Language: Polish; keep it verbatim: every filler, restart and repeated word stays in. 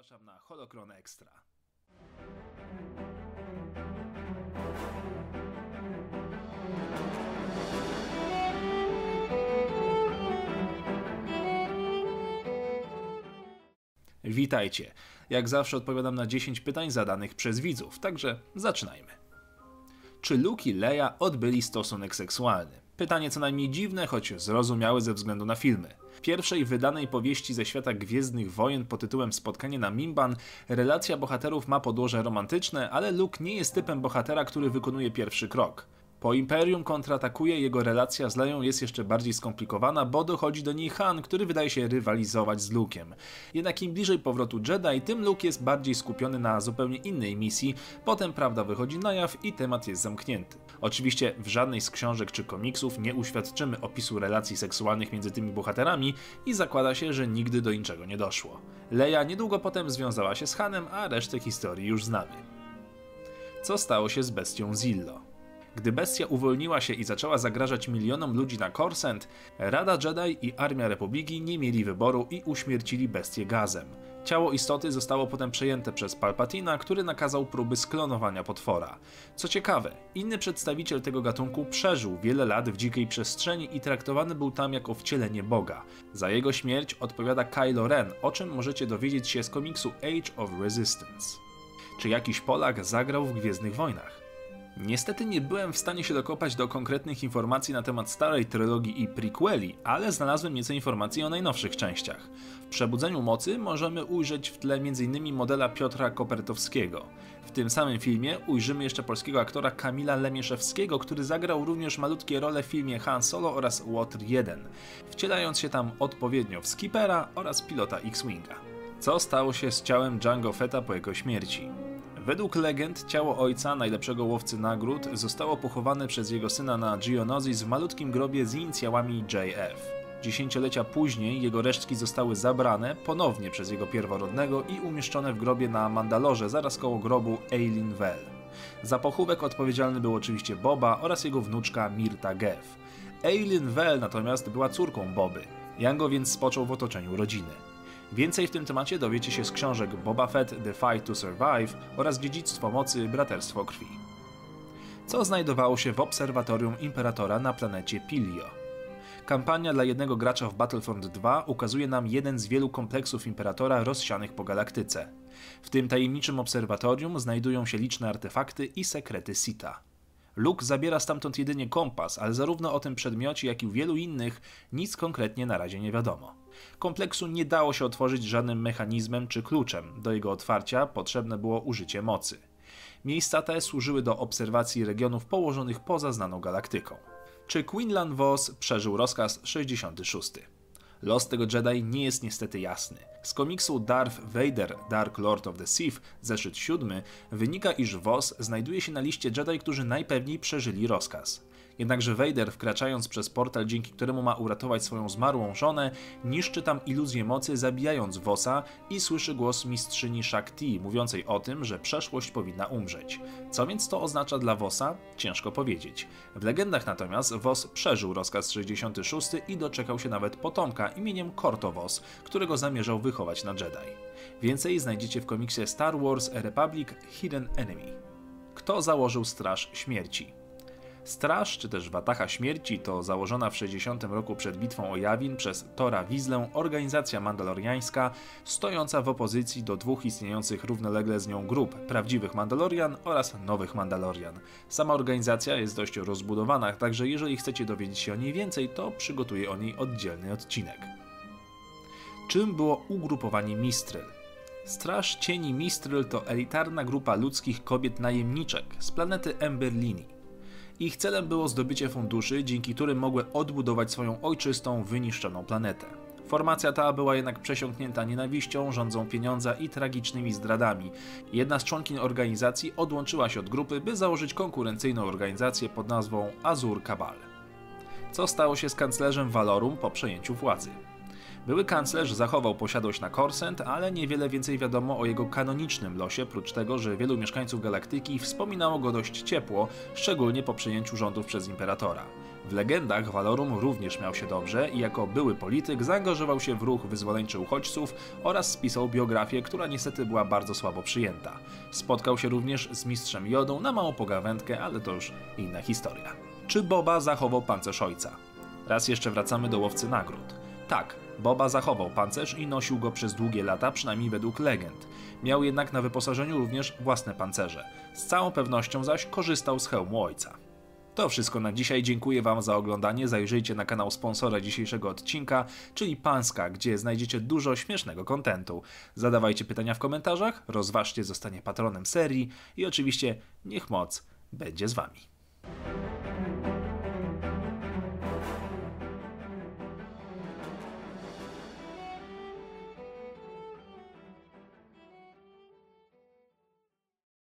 zapraszam na Holocron Extra. Witajcie. Jak zawsze odpowiadam na dziesięć pytań zadanych przez widzów, także zaczynajmy. Czy Luke i Leia odbyli stosunek seksualny? Pytanie co najmniej dziwne, choć zrozumiałe ze względu na filmy. W pierwszej wydanej powieści ze świata Gwiezdnych Wojen pod tytułem Spotkanie na Mimban relacja bohaterów ma podłoże romantyczne, ale Luke nie jest typem bohatera, który wykonuje pierwszy krok. Po Imperium kontratakuje, jego relacja z Leią jest jeszcze bardziej skomplikowana, bo dochodzi do niej Han, który wydaje się rywalizować z Luke'em. Jednak im bliżej powrotu Jedi, tym Luke jest bardziej skupiony na zupełnie innej misji, potem prawda wychodzi na jaw i temat jest zamknięty. Oczywiście w żadnej z książek czy komiksów nie uświadczymy opisu relacji seksualnych między tymi bohaterami i zakłada się, że nigdy do niczego nie doszło. Leia niedługo potem związała się z Hanem, a resztę historii już znamy. Co stało się z bestią Zillo? Gdy bestia uwolniła się i zaczęła zagrażać milionom ludzi na Coruscant, Rada Jedi i Armia Republiki nie mieli wyboru i uśmiercili bestię gazem. Ciało istoty zostało potem przejęte przez Palpatina, który nakazał próby sklonowania potwora. Co ciekawe, inny przedstawiciel tego gatunku przeżył wiele lat w dzikiej przestrzeni i traktowany był tam jako wcielenie Boga. Za jego śmierć odpowiada Kylo Ren, o czym możecie dowiedzieć się z komiksu Age of Resistance. Czy jakiś Polak zagrał w Gwiezdnych Wojnach? Niestety nie byłem w stanie się dokopać do konkretnych informacji na temat starej trylogii i prequeli, ale znalazłem nieco informacji o najnowszych częściach. W Przebudzeniu Mocy możemy ujrzeć w tle między innymi modela Piotra Kopertowskiego. W tym samym filmie ujrzymy jeszcze polskiego aktora Kamila Lemieszewskiego, który zagrał również malutkie role w filmie Han Solo oraz Łotr jeden, wcielając się tam odpowiednio w skipera oraz pilota X-Winga. Co stało się z ciałem Jango Fetta po jego śmierci? Według legend ciało ojca, najlepszego łowcy nagród, zostało pochowane przez jego syna na Geonosis w malutkim grobie z inicjałami J F. Dziesięciolecia później jego resztki zostały zabrane ponownie przez jego pierworodnego i umieszczone w grobie na Mandalorze zaraz koło grobu Ailyn Vel. Za pochówek odpowiedzialny był oczywiście Boba oraz jego wnuczka Mirta Geff. Ailyn Vel natomiast była córką Boby. Jango więc spoczął w otoczeniu rodziny. Więcej w tym temacie dowiecie się z książek Boba Fett The Fight to Survive oraz Dziedzictwo Mocy Braterstwo Krwi. Co znajdowało się w obserwatorium Imperatora na planecie Pillio? Kampania dla jednego gracza w Battlefront dwa ukazuje nam jeden z wielu kompleksów Imperatora rozsianych po galaktyce. W tym tajemniczym obserwatorium znajdują się liczne artefakty i sekrety Sitha. Luke zabiera stamtąd jedynie kompas, ale zarówno o tym przedmiocie, jak i wielu innych nic konkretnie na razie nie wiadomo. Kompleksu nie dało się otworzyć żadnym mechanizmem czy kluczem, do jego otwarcia potrzebne było użycie mocy. Miejsca te służyły do obserwacji regionów położonych poza znaną galaktyką. Czy Quinlan Vos przeżył rozkaz sześćdziesiąty szósty? Los tego Jedi nie jest niestety jasny. Z komiksu Darth Vader Dark Lord of the Sith, zeszyt siódmy, wynika, iż Vos znajduje się na liście Jedi, którzy najpewniej przeżyli rozkaz. Jednakże Vader, wkraczając przez portal, dzięki któremu ma uratować swoją zmarłą żonę, niszczy tam iluzję mocy, zabijając Vosa i słyszy głos mistrzyni Shakti, mówiącej o tym, że przeszłość powinna umrzeć. Co więc to oznacza dla Vosa? Ciężko powiedzieć. W legendach natomiast Vos przeżył rozkaz sześćdziesiąty szósty i doczekał się nawet potomka imieniem Corto Vos, którego zamierzał wychować na Jedi. Więcej znajdziecie w komiksie Star Wars Republic Hidden Enemy. Kto założył Straż Śmierci? Straż, czy też Wataha Śmierci, to założona w sześćdziesiątym roku przed bitwą o Yavin przez Tora Wizlę organizacja mandaloriańska, stojąca w opozycji do dwóch istniejących równolegle z nią grup, prawdziwych Mandalorian oraz nowych Mandalorian. Sama organizacja jest dość rozbudowana, także jeżeli chcecie dowiedzieć się o niej więcej, to przygotuję o niej oddzielny odcinek. Czym było ugrupowanie Mistryl? Straż Cieni Mistryl to elitarna grupa ludzkich kobiet najemniczek z planety Emberlini. Ich celem było zdobycie funduszy, dzięki którym mogły odbudować swoją ojczystą, wyniszczoną planetę. Formacja ta była jednak przesiąknięta nienawiścią, żądzą pieniądza i tragicznymi zdradami. Jedna z członkiń organizacji odłączyła się od grupy, by założyć konkurencyjną organizację pod nazwą Azur Cabal. Co stało się z kanclerzem Valorum po przejęciu władzy? Były kanclerz zachował posiadłość na Korsent, ale niewiele więcej wiadomo o jego kanonicznym losie, prócz tego, że wielu mieszkańców galaktyki wspominało go dość ciepło, szczególnie po przejęciu rządów przez Imperatora. W legendach Valorum również miał się dobrze i jako były polityk zaangażował się w ruch wyzwoleńczy uchodźców oraz spisał biografię, która niestety była bardzo słabo przyjęta. Spotkał się również z mistrzem Jodą na małą pogawędkę, ale to już inna historia. Czy Boba zachował pancerz ojca? Raz jeszcze wracamy do łowcy nagród. Tak, Boba zachował pancerz i nosił go przez długie lata, przynajmniej według legend. Miał jednak na wyposażeniu również własne pancerze. Z całą pewnością zaś korzystał z hełmu ojca. To wszystko na dzisiaj, dziękuję Wam za oglądanie, zajrzyjcie na kanał sponsora dzisiejszego odcinka, czyli Panska, gdzie znajdziecie dużo śmiesznego kontentu. Zadawajcie pytania w komentarzach, rozważcie zostanie patronem serii i oczywiście niech moc będzie z Wami.